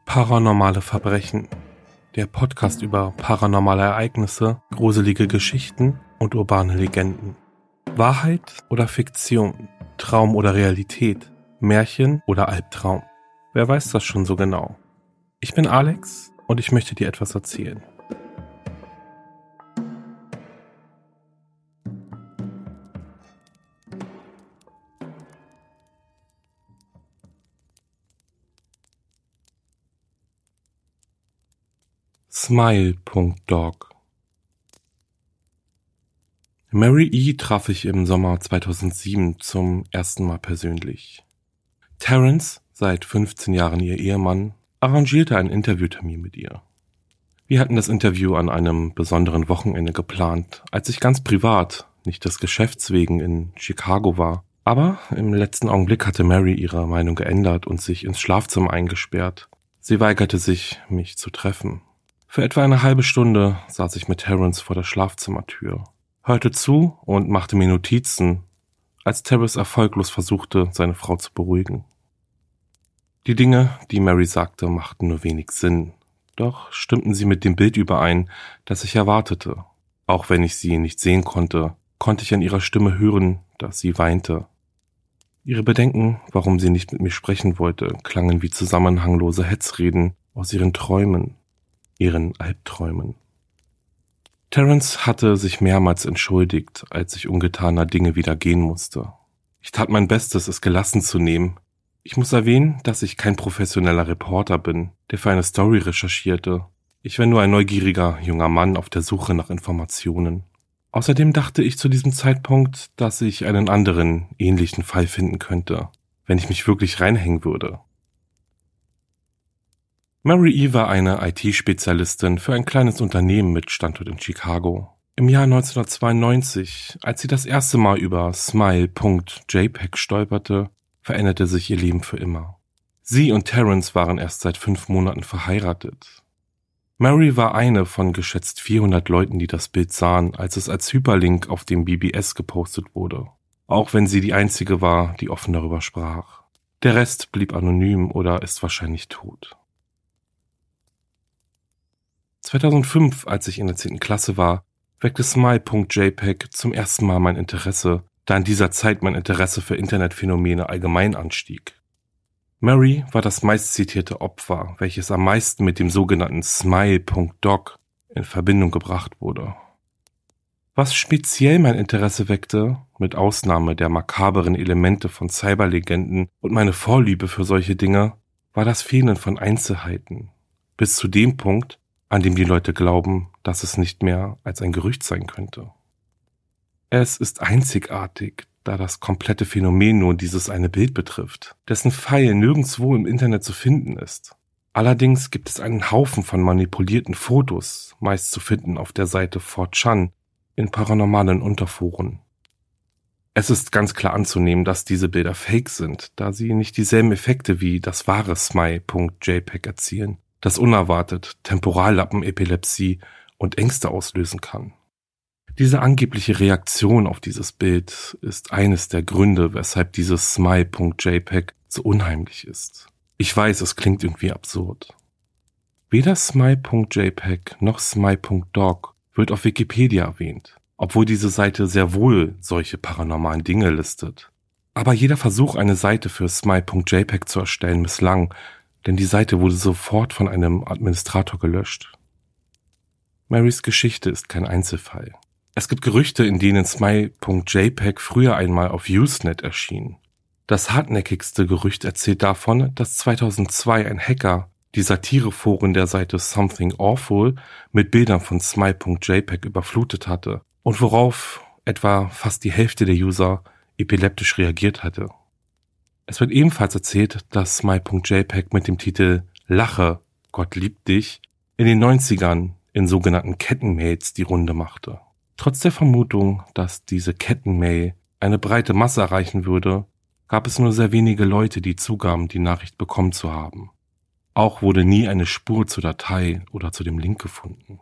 Paranormale Verbrechen. Der Podcast über paranormale Ereignisse, gruselige Geschichten und urbane Legenden. Wahrheit oder Fiktion? Traum oder Realität? Märchen oder Albtraum? Wer weiß das schon so genau? Ich bin Alex und ich möchte dir etwas erzählen. Smile.dog. Mary E. traf ich im Sommer 2007 zum ersten Mal persönlich. Terrence, seit 15 Jahren ihr Ehemann, arrangierte einen Interviewtermin mit ihr. Wir hatten das Interview an einem besonderen Wochenende geplant, als ich ganz privat, nicht des Geschäfts wegen, in Chicago war. Aber im letzten Augenblick hatte Mary ihre Meinung geändert und sich ins Schlafzimmer eingesperrt. Sie weigerte sich, mich zu treffen. Für etwa eine halbe Stunde saß ich mit Terrence vor der Schlafzimmertür, hörte zu und machte mir Notizen, als Terrence erfolglos versuchte, seine Frau zu beruhigen. Die Dinge, die Mary sagte, machten nur wenig Sinn, doch stimmten sie mit dem Bild überein, das ich erwartete. Auch wenn ich sie nicht sehen konnte, konnte ich an ihrer Stimme hören, dass sie weinte. Ihre Bedenken, warum sie nicht mit mir sprechen wollte, klangen wie zusammenhanglose Hetzreden aus ihren Träumen. Ihren Albträumen. Terrence hatte sich mehrmals entschuldigt, als ich ungetaner Dinge wieder gehen musste. Ich tat mein Bestes, es gelassen zu nehmen. Ich muss erwähnen, dass ich kein professioneller Reporter bin, der für eine Story recherchierte. Ich war nur ein neugieriger junger Mann auf der Suche nach Informationen. Außerdem dachte ich zu diesem Zeitpunkt, dass ich einen anderen, ähnlichen Fall finden könnte, wenn ich mich wirklich reinhängen würde. Mary E. war eine IT-Spezialistin für ein kleines Unternehmen mit Standort in Chicago. Im Jahr 1992, als sie das erste Mal über Smile.jpg stolperte, veränderte sich ihr Leben für immer. Sie und Terrence waren erst seit 5 Monaten verheiratet. Mary war eine von geschätzt 400 Leuten, die das Bild sahen, als es als Hyperlink auf dem BBS gepostet wurde. Auch wenn sie die einzige war, die offen darüber sprach. Der Rest blieb anonym oder ist wahrscheinlich tot. 2005, als ich in der 10. Klasse war, weckte Smile.jpg zum ersten Mal mein Interesse, da in dieser Zeit mein Interesse für Internetphänomene allgemein anstieg. Mary war das meistzitierte Opfer, welches am meisten mit dem sogenannten Smile.dog in Verbindung gebracht wurde. Was speziell mein Interesse weckte, mit Ausnahme der makaberen Elemente von Cyberlegenden und meine Vorliebe für solche Dinge, war das Fehlen von Einzelheiten, bis zu dem Punkt, an dem die Leute glauben, dass es nicht mehr als ein Gerücht sein könnte. Es ist einzigartig, da das komplette Phänomen nur dieses eine Bild betrifft, dessen Pfeil nirgendwo im Internet zu finden ist. Allerdings gibt es einen Haufen von manipulierten Fotos, meist zu finden auf der Seite 4chan, in paranormalen Unterforen. Es ist ganz klar anzunehmen, dass diese Bilder fake sind, da sie nicht dieselben Effekte wie das wahre Smile.jpg erzielen, das unerwartet Temporallappen-Epilepsie und Ängste auslösen kann. Diese angebliche Reaktion auf dieses Bild ist eines der Gründe, weshalb dieses Smile.jpg so unheimlich ist. Ich weiß, es klingt irgendwie absurd. Weder Smile.jpg noch Smile.dog wird auf Wikipedia erwähnt, obwohl diese Seite sehr wohl solche paranormalen Dinge listet. Aber jeder Versuch, eine Seite für Smile.jpg zu erstellen, misslang, denn die Seite wurde sofort von einem Administrator gelöscht. Marys Geschichte ist kein Einzelfall. Es gibt Gerüchte, in denen Smile.jpg früher einmal auf Usenet erschien. Das hartnäckigste Gerücht erzählt davon, dass 2002 ein Hacker die Satireforen der Seite Something Awful mit Bildern von Smile.jpg überflutet hatte und worauf etwa fast die Hälfte der User epileptisch reagiert hatte. Es wird ebenfalls erzählt, dass Smile.jpg mit dem Titel Lache, Gott liebt dich in den 90ern in sogenannten Kettenmails die Runde machte. Trotz der Vermutung, dass diese Kettenmail eine breite Masse erreichen würde, gab es nur sehr wenige Leute, die zugaben, die Nachricht bekommen zu haben. Auch wurde nie eine Spur zur Datei oder zu dem Link gefunden.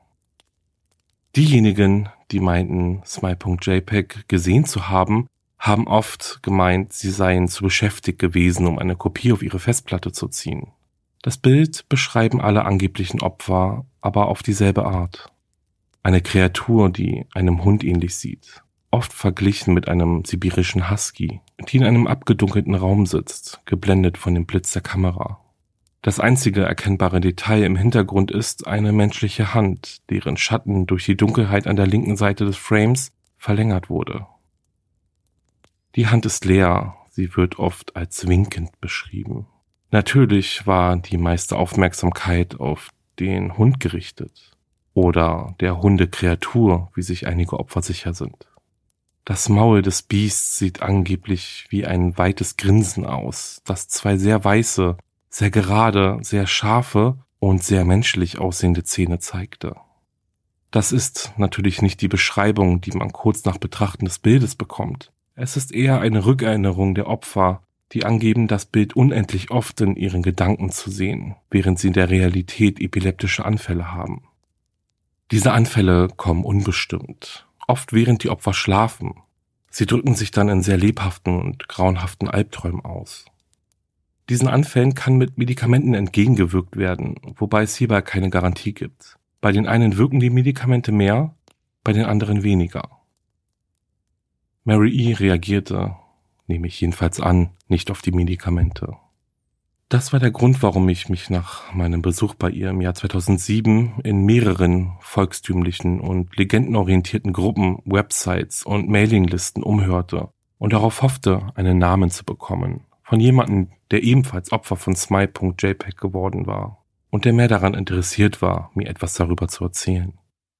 Diejenigen, die meinten, Smile.jpg gesehen zu haben, haben oft gemeint, sie seien zu beschäftigt gewesen, um eine Kopie auf ihre Festplatte zu ziehen. Das Bild beschreiben alle angeblichen Opfer, aber auf dieselbe Art. Eine Kreatur, die einem Hund ähnlich sieht, oft verglichen mit einem sibirischen Husky, die in einem abgedunkelten Raum sitzt, geblendet von dem Blitz der Kamera. Das einzige erkennbare Detail im Hintergrund ist eine menschliche Hand, deren Schatten durch die Dunkelheit an der linken Seite des Frames verlängert wurde. Die Hand ist leer, sie wird oft als winkend beschrieben. Natürlich war die meiste Aufmerksamkeit auf den Hund gerichtet. Oder der Hundekreatur, wie sich einige Opfer sicher sind. Das Maul des Biests sieht angeblich wie ein weites Grinsen aus, das zwei sehr weiße, sehr gerade, sehr scharfe und sehr menschlich aussehende Zähne zeigte. Das ist natürlich nicht die Beschreibung, die man kurz nach Betrachten des Bildes bekommt. Es ist eher eine Rückerinnerung der Opfer, die angeben, das Bild unendlich oft in ihren Gedanken zu sehen, während sie in der Realität epileptische Anfälle haben. Diese Anfälle kommen unbestimmt, oft während die Opfer schlafen. Sie drücken sich dann in sehr lebhaften und grauenhaften Albträumen aus. Diesen Anfällen kann mit Medikamenten entgegengewirkt werden, wobei es hierbei keine Garantie gibt. Bei den einen wirken die Medikamente mehr, bei den anderen weniger. Mary E. reagierte, nehme ich jedenfalls an, nicht auf die Medikamente. Das war der Grund, warum ich mich nach meinem Besuch bei ihr im Jahr 2007 in mehreren volkstümlichen und legendenorientierten Gruppen, Websites und Mailinglisten umhörte und darauf hoffte, einen Namen zu bekommen, von jemandem, der ebenfalls Opfer von Smile.jpg geworden war und der mehr daran interessiert war, mir etwas darüber zu erzählen.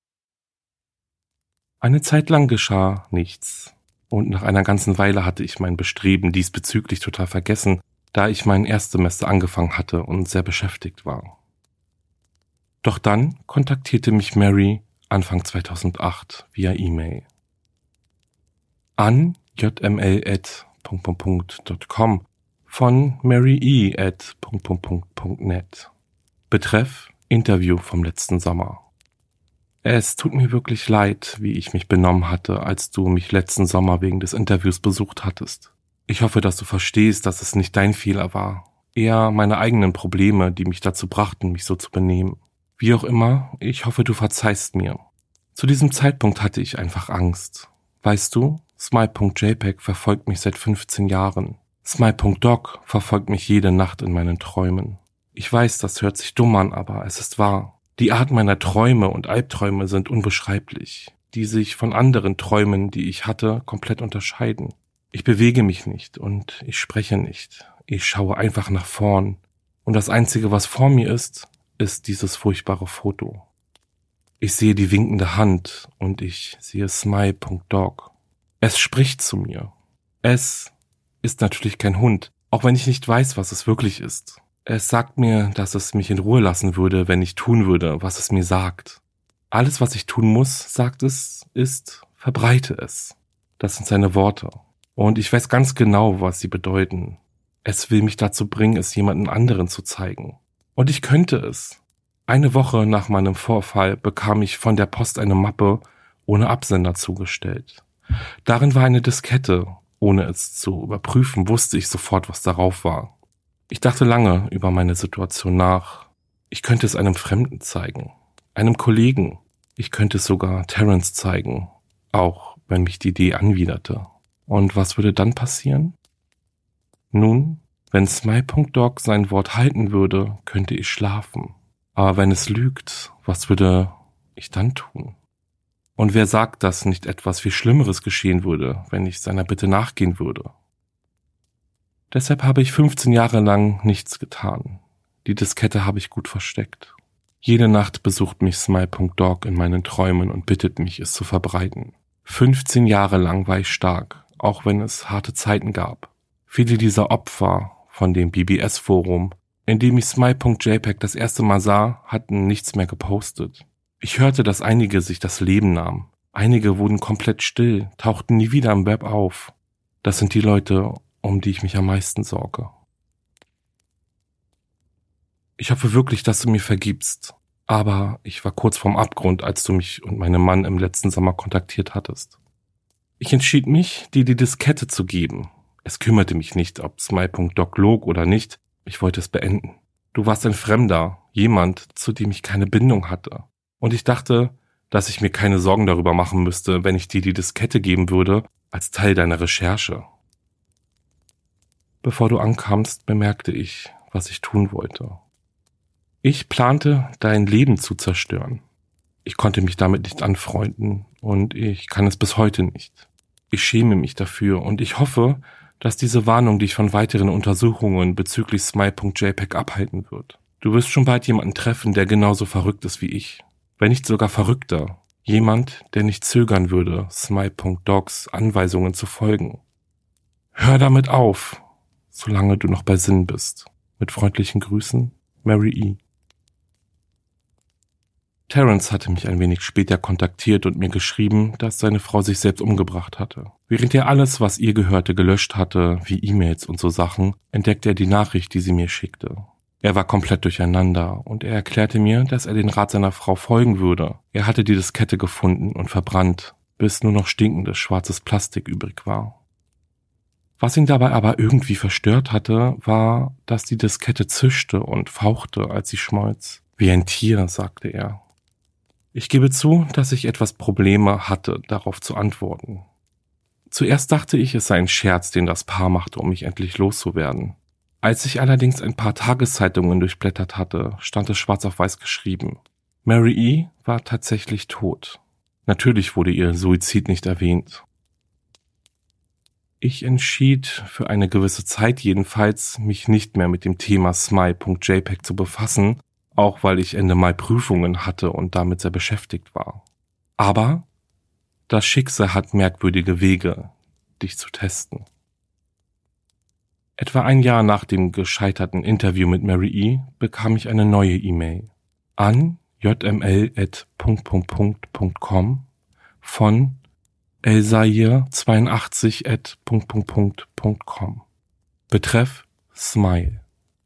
Eine Zeit lang geschah nichts und nach einer ganzen Weile hatte ich mein Bestreben diesbezüglich total vergessen, da ich mein Erstsemester angefangen hatte und sehr beschäftigt war. Doch dann kontaktierte mich Mary Anfang 2008 via E-Mail. An jml@.com von marye@.net. Betreff Interview vom letzten Sommer. Es tut mir wirklich leid, wie ich mich benommen hatte, als du mich letzten Sommer wegen des Interviews besucht hattest. Ich hoffe, dass du verstehst, dass es nicht dein Fehler war. Eher meine eigenen Probleme, die mich dazu brachten, mich so zu benehmen. Wie auch immer, ich hoffe, du verzeihst mir. Zu diesem Zeitpunkt hatte ich einfach Angst. Weißt du, Smile.jpg verfolgt mich seit 15 Jahren. Smile.doc verfolgt mich jede Nacht in meinen Träumen. Ich weiß, das hört sich dumm an, aber es ist wahr. Die Art meiner Träume und Albträume sind unbeschreiblich, die sich von anderen Träumen, die ich hatte, komplett unterscheiden. Ich bewege mich nicht und ich spreche nicht. Ich schaue einfach nach vorn. Und das Einzige, was vor mir ist dieses furchtbare Foto. Ich sehe die winkende Hand und ich sehe Smile.doc. Es spricht zu mir. Es ist natürlich kein Hund, auch wenn ich nicht weiß, was es wirklich ist. Es sagt mir, dass es mich in Ruhe lassen würde, wenn ich tun würde, was es mir sagt. Alles, was ich tun muss, sagt es, ist, verbreite es. Das sind seine Worte. Und ich weiß ganz genau, was sie bedeuten. Es will mich dazu bringen, es jemandem anderen zu zeigen. Und ich könnte es. Eine Woche nach meinem Vorfall bekam ich von der Post eine Mappe ohne Absender zugestellt. Darin war eine Diskette. Ohne es zu überprüfen, wusste ich sofort, was darauf war. Ich dachte lange über meine Situation nach. Ich könnte es einem Fremden zeigen, einem Kollegen. Ich könnte es sogar Terrence zeigen, auch wenn mich die Idee anwiderte. Und was würde dann passieren? Nun, wenn Smile.doc sein Wort halten würde, könnte ich schlafen. Aber wenn es lügt, was würde ich dann tun? Und wer sagt, dass nicht etwas viel Schlimmeres geschehen würde, wenn ich seiner Bitte nachgehen würde? Deshalb habe ich 15 Jahre lang nichts getan. Die Diskette habe ich gut versteckt. Jede Nacht besucht mich Smile.doc in meinen Träumen und bittet mich, es zu verbreiten. 15 Jahre lang war ich stark, auch wenn es harte Zeiten gab. Viele dieser Opfer von dem BBS-Forum, in dem ich Smile.jpg das erste Mal sah, hatten nichts mehr gepostet. Ich hörte, dass einige sich das Leben nahmen. Einige wurden komplett still, tauchten nie wieder im Web auf. Das sind die Leute, um die ich mich am meisten sorge. Ich hoffe wirklich, dass du mir vergibst. Aber ich war kurz vorm Abgrund, als du mich und meinen Mann im letzten Sommer kontaktiert hattest. Ich entschied mich, dir die Diskette zu geben. Es kümmerte mich nicht, ob Smile.doc log oder nicht. Ich wollte es beenden. Du warst ein Fremder, jemand, zu dem ich keine Bindung hatte. Und ich dachte, dass ich mir keine Sorgen darüber machen müsste, wenn ich dir die Diskette geben würde, als Teil deiner Recherche. Bevor du ankamst, bemerkte ich, was ich tun wollte. Ich plante, dein Leben zu zerstören. Ich konnte mich damit nicht anfreunden und ich kann es bis heute nicht. Ich schäme mich dafür und ich hoffe, dass diese Warnung dich von weiteren Untersuchungen bezüglich Smile.jpg abhalten wird. Du wirst schon bald jemanden treffen, der genauso verrückt ist wie ich. Wenn nicht sogar verrückter. Jemand, der nicht zögern würde, Smile.dogs Anweisungen zu folgen. Hör damit auf, solange du noch bei Sinn bist. Mit freundlichen Grüßen, Mary E. Terence hatte mich ein wenig später kontaktiert und mir geschrieben, dass seine Frau sich selbst umgebracht hatte. Während er alles, was ihr gehörte, gelöscht hatte, wie E-Mails und so Sachen, entdeckte er die Nachricht, die sie mir schickte. Er war komplett durcheinander und er erklärte mir, dass er den Rat seiner Frau folgen würde. Er hatte die Diskette gefunden und verbrannt, bis nur noch stinkendes schwarzes Plastik übrig war. Was ihn dabei aber irgendwie verstört hatte, war, dass die Diskette zischte und fauchte, als sie schmolz. Wie ein Tier, sagte er. Ich gebe zu, dass ich etwas Probleme hatte, darauf zu antworten. Zuerst dachte ich, es sei ein Scherz, den das Paar machte, um mich endlich loszuwerden. Als ich allerdings ein paar Tageszeitungen durchblättert hatte, stand es schwarz auf weiß geschrieben. Mary E. war tatsächlich tot. Natürlich wurde ihr Suizid nicht erwähnt. Ich entschied, für eine gewisse Zeit jedenfalls, mich nicht mehr mit dem Thema Smile.jpg zu befassen, auch weil ich Ende Mai Prüfungen hatte und damit sehr beschäftigt war. Aber das Schicksal hat merkwürdige Wege, dich zu testen. Etwa ein Jahr nach dem gescheiterten Interview mit Mary E. bekam ich eine neue E-Mail an jml@.com von elsair82@.com. Betreff Smile.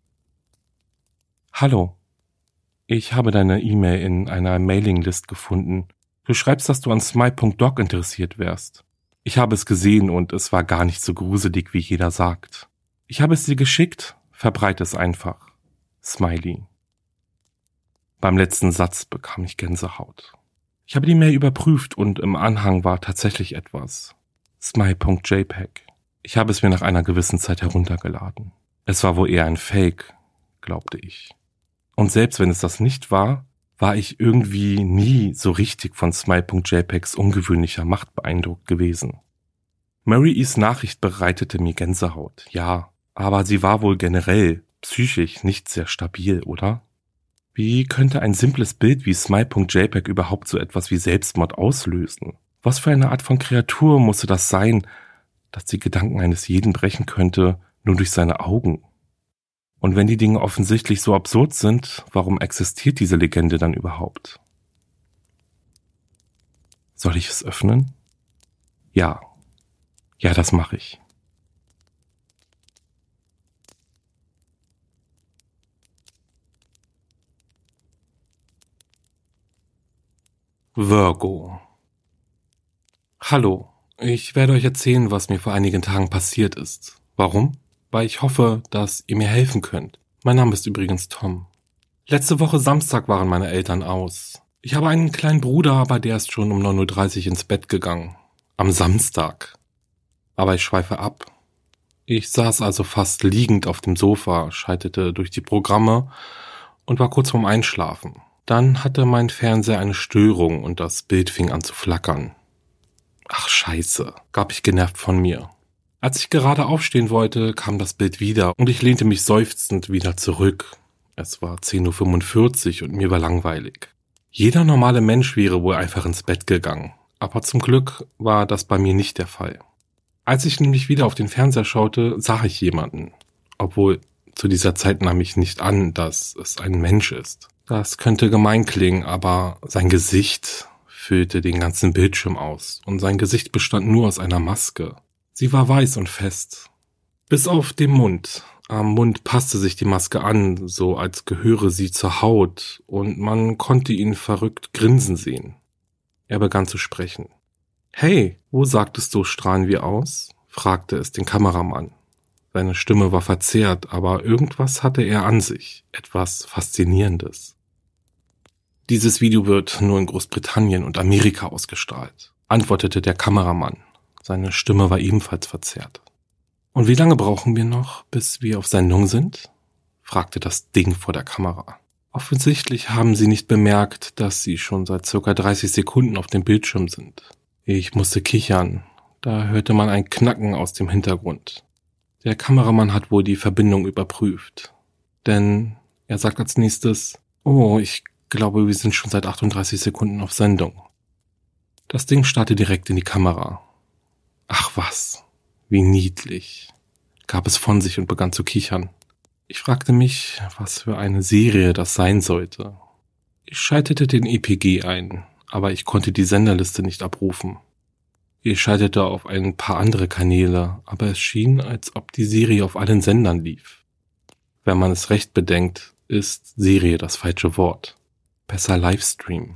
Hallo. Ich habe deine E-Mail in einer Mailinglist gefunden. Du schreibst, dass du an Smile.doc interessiert wärst. Ich habe es gesehen und es war gar nicht so gruselig, wie jeder sagt. Ich habe es dir geschickt, verbreite es einfach. Smiley. Beim letzten Satz bekam ich Gänsehaut. Ich habe die Mail überprüft und im Anhang war tatsächlich etwas. Smile.jpg. Ich habe es mir nach einer gewissen Zeit heruntergeladen. Es war wohl eher ein Fake, glaubte ich. Und selbst wenn es das nicht war, war ich irgendwie nie so richtig von Smile.jpgs ungewöhnlicher Macht beeindruckt gewesen. Mary E's Nachricht bereitete mir Gänsehaut, ja, aber sie war wohl generell psychisch nicht sehr stabil, oder? Wie könnte ein simples Bild wie Smile.jpg überhaupt so etwas wie Selbstmord auslösen? Was für eine Art von Kreatur musste das sein, dass die Gedanken eines jeden brechen könnte, nur durch seine Augen? Und wenn die Dinge offensichtlich so absurd sind, warum existiert diese Legende dann überhaupt? Soll ich es öffnen? Ja. Ja, das mache ich. Virgo. Hallo, ich werde euch erzählen, was mir vor einigen Tagen passiert ist. Warum? Weil ich hoffe, dass ihr mir helfen könnt. Mein Name ist übrigens Tom. Letzte Woche Samstag waren meine Eltern aus. Ich habe einen kleinen Bruder, aber der ist schon um 9:30 Uhr ins Bett gegangen. Am Samstag. Aber ich schweife ab. Ich saß also fast liegend auf dem Sofa, schaltete durch die Programme und war kurz vorm Einschlafen. Dann hatte mein Fernseher eine Störung und das Bild fing an zu flackern. Ach Scheiße, gab ich genervt von mir. Als ich gerade aufstehen wollte, kam das Bild wieder und ich lehnte mich seufzend wieder zurück. Es war 10:45 Uhr und mir war langweilig. Jeder normale Mensch wäre wohl einfach ins Bett gegangen, aber zum Glück war das bei mir nicht der Fall. Als ich nämlich wieder auf den Fernseher schaute, sah ich jemanden, obwohl zu dieser Zeit nahm ich nicht an, dass es ein Mensch ist. Das könnte gemein klingen, aber sein Gesicht füllte den ganzen Bildschirm aus und sein Gesicht bestand nur aus einer Maske. Sie war weiß und fest. Bis auf den Mund. Am Mund passte sich die Maske an, so als gehöre sie zur Haut, und man konnte ihn verrückt grinsen sehen. Er begann zu sprechen. »Hey, wo sagtest du, strahlen wir aus?« fragte es den Kameramann. Seine Stimme war verzerrt, aber irgendwas hatte er an sich, etwas Faszinierendes. Dieses Video wird nur in Großbritannien und Amerika ausgestrahlt, antwortete der Kameramann. Seine Stimme war ebenfalls verzerrt. Und wie lange brauchen wir noch, bis wir auf Sendung sind? Fragte das Ding vor der Kamera. Offensichtlich haben sie nicht bemerkt, dass sie schon seit ca. 30 Sekunden auf dem Bildschirm sind. Ich musste kichern. Da hörte man ein Knacken aus dem Hintergrund. Der Kameramann hat wohl die Verbindung überprüft. Denn er sagt als nächstes, oh, ich glaube, wir sind schon seit 38 Sekunden auf Sendung. Das Ding starrte direkt in die Kamera. Ach was, wie niedlich, gab es von sich und begann zu kichern. Ich fragte mich, was für eine Serie das sein sollte. Ich schaltete den EPG ein, aber ich konnte die Senderliste nicht abrufen. Ich schaltete auf ein paar andere Kanäle, aber es schien, als ob die Serie auf allen Sendern lief. Wenn man es recht bedenkt, ist Serie das falsche Wort. Besser Livestream.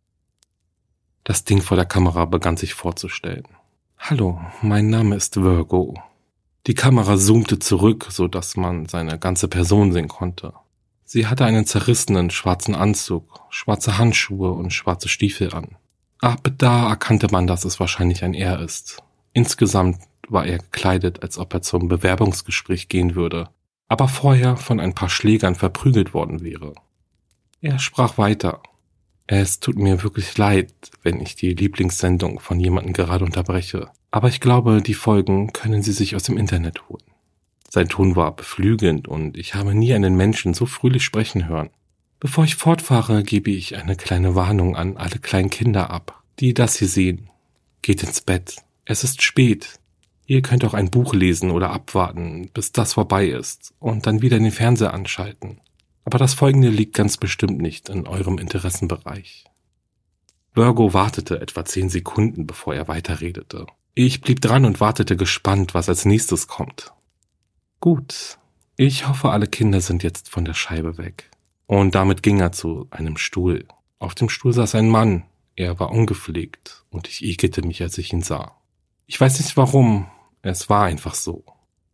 Das Ding vor der Kamera begann sich vorzustellen. Hallo, mein Name ist Virgo. Die Kamera zoomte zurück, so dass man seine ganze Person sehen konnte. Sie hatte einen zerrissenen schwarzen Anzug, schwarze Handschuhe und schwarze Stiefel an. Ab da erkannte man, dass es wahrscheinlich ein Er ist. Insgesamt war er gekleidet, als ob er zum Bewerbungsgespräch gehen würde, aber vorher von ein paar Schlägern verprügelt worden wäre. Er sprach weiter. Es tut mir wirklich leid, wenn ich die Lieblingssendung von jemandem gerade unterbreche, aber ich glaube, die Folgen können Sie sich aus dem Internet holen. Sein Ton war beflügelnd und ich habe nie einen Menschen so fröhlich sprechen hören. Bevor ich fortfahre, gebe ich eine kleine Warnung an alle kleinen Kinder ab, die das hier sehen. Geht ins Bett. Es ist spät. Ihr könnt auch ein Buch lesen oder abwarten, bis das vorbei ist und dann wieder den Fernseher anschalten. Aber das Folgende liegt ganz bestimmt nicht in eurem Interessenbereich. Virgo wartete etwa 10 Sekunden, bevor er weiterredete. Ich blieb dran und wartete gespannt, was als nächstes kommt. Gut, ich hoffe, alle Kinder sind jetzt von der Scheibe weg. Und damit ging er zu einem Stuhl. Auf dem Stuhl saß ein Mann. Er war ungepflegt und ich ekelte mich, als ich ihn sah. Ich weiß nicht warum, es war einfach so.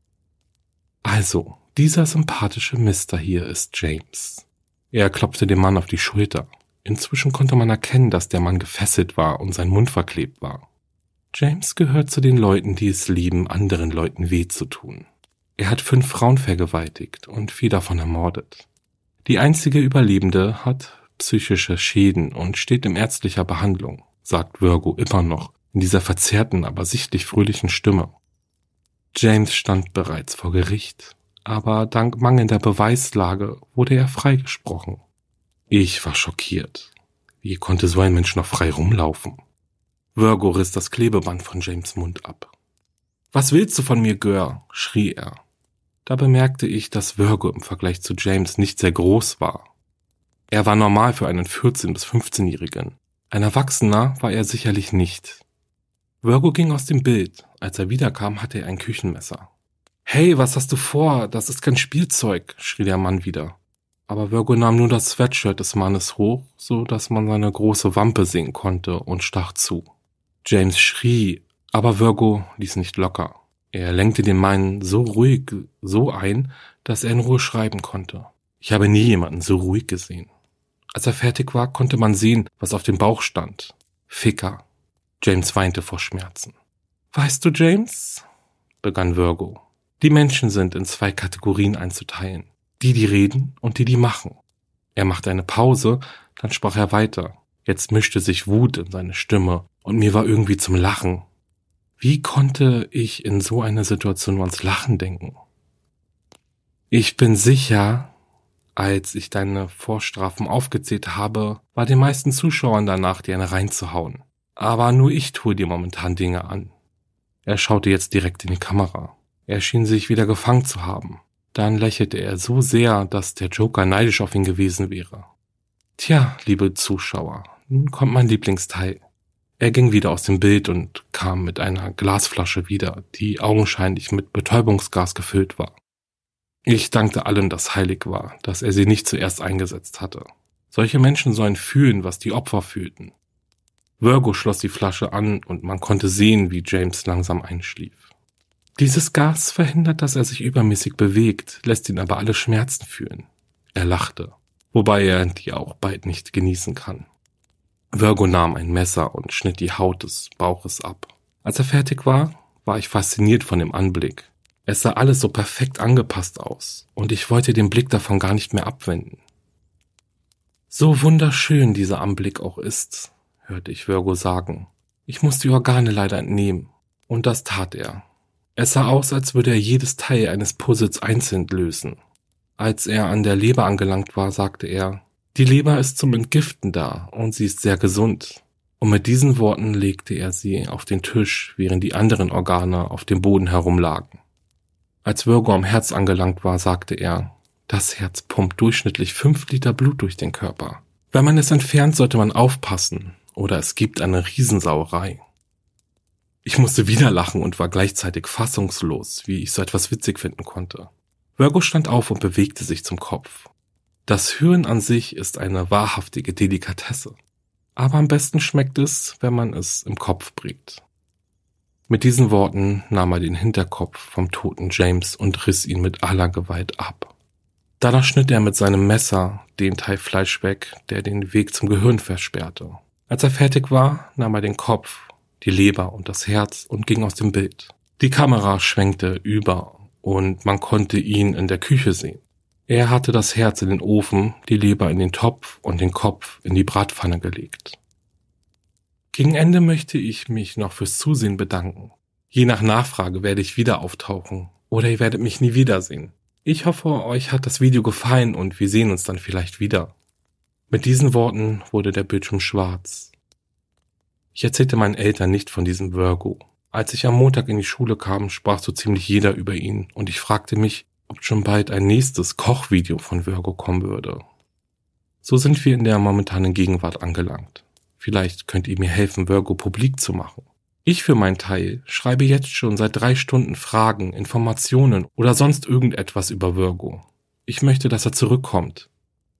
Also, dieser sympathische Mister hier ist James. Er klopfte dem Mann auf die Schulter. Inzwischen konnte man erkennen, dass der Mann gefesselt war und sein Mund verklebt war. James gehört zu den Leuten, die es lieben, anderen Leuten weh zu tun. Er hat 5 Frauen vergewaltigt und 4 davon ermordet. Die einzige Überlebende hat psychische Schäden und steht in ärztlicher Behandlung, sagt Virgo immer noch in dieser verzerrten, aber sichtlich fröhlichen Stimme. James stand bereits vor Gericht, aber dank mangelnder Beweislage wurde er freigesprochen. Ich war schockiert. Wie konnte so ein Mensch noch frei rumlaufen? Virgo riss das Klebeband von James' Mund ab. »Was willst du von mir, Gör?« schrie er. Da bemerkte ich, dass Virgo im Vergleich zu James nicht sehr groß war. Er war normal für einen 14- bis 15-Jährigen. Ein Erwachsener war er sicherlich nicht. Virgo ging aus dem Bild. Als er wiederkam, hatte er ein Küchenmesser. »Hey, was hast du vor? Das ist kein Spielzeug«, schrie der Mann wieder. Aber Virgo nahm nur das Sweatshirt des Mannes hoch, so dass man seine große Wampe sehen konnte und stach zu. James schrie, aber Virgo ließ nicht locker. Er lenkte den Mann so ruhig so ein, dass er in Ruhe schreiben konnte. Ich habe nie jemanden so ruhig gesehen. Als er fertig war, konnte man sehen, was auf dem Bauch stand. Ficker. James weinte vor Schmerzen. »Weißt du, James«, begann Virgo, »die Menschen sind in 2 Kategorien einzuteilen. Die reden und die machen.« Er machte eine Pause, dann sprach er weiter. Jetzt mischte sich Wut in seine Stimme und mir war irgendwie zum Lachen. Wie konnte ich in so einer Situation nur ans Lachen denken? Ich bin sicher, als ich deine Vorstrafen aufgezählt habe, war den meisten Zuschauern danach, dir eine reinzuhauen. Aber nur ich tue dir momentan Dinge an. Er schaute jetzt direkt in die Kamera. Er schien sich wieder gefangen zu haben. Dann lächelte er so sehr, dass der Joker neidisch auf ihn gewesen wäre. Tja, liebe Zuschauer, nun kommt mein Lieblingsteil. Er ging wieder aus dem Bild und kam mit einer Glasflasche wieder, die augenscheinlich mit Betäubungsgas gefüllt war. Ich dankte allem, das heilig war, dass er sie nicht zuerst eingesetzt hatte. Solche Menschen sollen fühlen, was die Opfer fühlten. Virgo schloss die Flasche an und man konnte sehen, wie James langsam einschlief. Dieses Gas verhindert, dass er sich übermäßig bewegt, lässt ihn aber alle Schmerzen fühlen. Er lachte, wobei er die auch bald nicht genießen kann. Virgo nahm ein Messer und schnitt die Haut des Bauches ab. Als er fertig war, war ich fasziniert von dem Anblick. Es sah alles so perfekt angepasst aus und ich wollte den Blick davon gar nicht mehr abwenden. So wunderschön dieser Anblick auch ist, hörte ich Virgo sagen. Ich muss die Organe leider entnehmen. Und das tat er. Es sah aus, als würde er jedes Teil eines Puzzles einzeln lösen. Als er an der Leber angelangt war, sagte er, die Leber ist zum Entgiften da und sie ist sehr gesund. Und mit diesen Worten legte er sie auf den Tisch, während die anderen Organe auf dem Boden herumlagen. Als Virgo am Herz angelangt war, sagte er, das Herz pumpt durchschnittlich 5 Liter Blut durch den Körper. Wenn man es entfernt, sollte man aufpassen, oder es gibt eine Riesensauerei. Ich musste wieder lachen und war gleichzeitig fassungslos, wie ich so etwas witzig finden konnte. Virgo stand auf und bewegte sich zum Kopf. Das Hören an sich ist eine wahrhaftige Delikatesse. Aber am besten schmeckt es, wenn man es im Kopf bringt. Mit diesen Worten nahm er den Hinterkopf vom toten James und riss ihn mit aller Gewalt ab. Danach schnitt er mit seinem Messer den Teil Fleisch weg, der den Weg zum Gehirn versperrte. Als er fertig war, nahm er den Kopf, die Leber und das Herz und ging aus dem Bild. Die Kamera schwenkte über und man konnte ihn in der Küche sehen. Er hatte das Herz in den Ofen, die Leber in den Topf und den Kopf in die Bratpfanne gelegt. Gegen Ende möchte ich mich noch fürs Zusehen bedanken. Je nach Nachfrage werde ich wieder auftauchen oder ihr werdet mich nie wiedersehen. Ich hoffe, euch hat das Video gefallen und wir sehen uns dann vielleicht wieder. Mit diesen Worten wurde der Bildschirm schwarz. Ich erzählte meinen Eltern nicht von diesem Virgo. Als ich am Montag in die Schule kam, sprach so ziemlich jeder über ihn und ich fragte mich, ob schon bald ein nächstes Kochvideo von Virgo kommen würde. So sind wir in der momentanen Gegenwart angelangt. Vielleicht könnt ihr mir helfen, Virgo publik zu machen. Ich für meinen Teil schreibe jetzt schon seit 3 Stunden Fragen, Informationen oder sonst irgendetwas über Virgo. Ich möchte, dass er zurückkommt.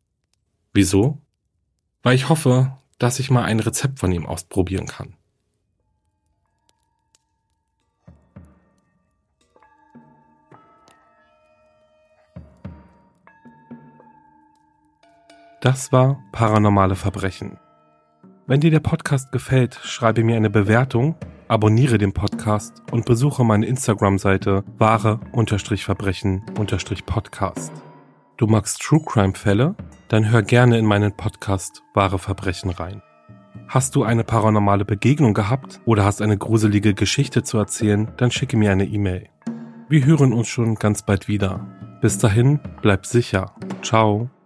Wieso? Weil ich hoffe, dass ich mal ein Rezept von ihm ausprobieren kann. Das war Paranormale Verbrechen. Wenn dir der Podcast gefällt, schreibe mir eine Bewertung, abonniere den Podcast und besuche meine Instagram-Seite wahre-verbrechen-podcast. Du magst True Crime Fälle? Dann hör gerne in meinen Podcast Wahre Verbrechen rein. Hast du eine paranormale Begegnung gehabt oder hast eine gruselige Geschichte zu erzählen, dann schicke mir eine E-Mail. Wir hören uns schon ganz bald wieder. Bis dahin, bleib sicher. Ciao.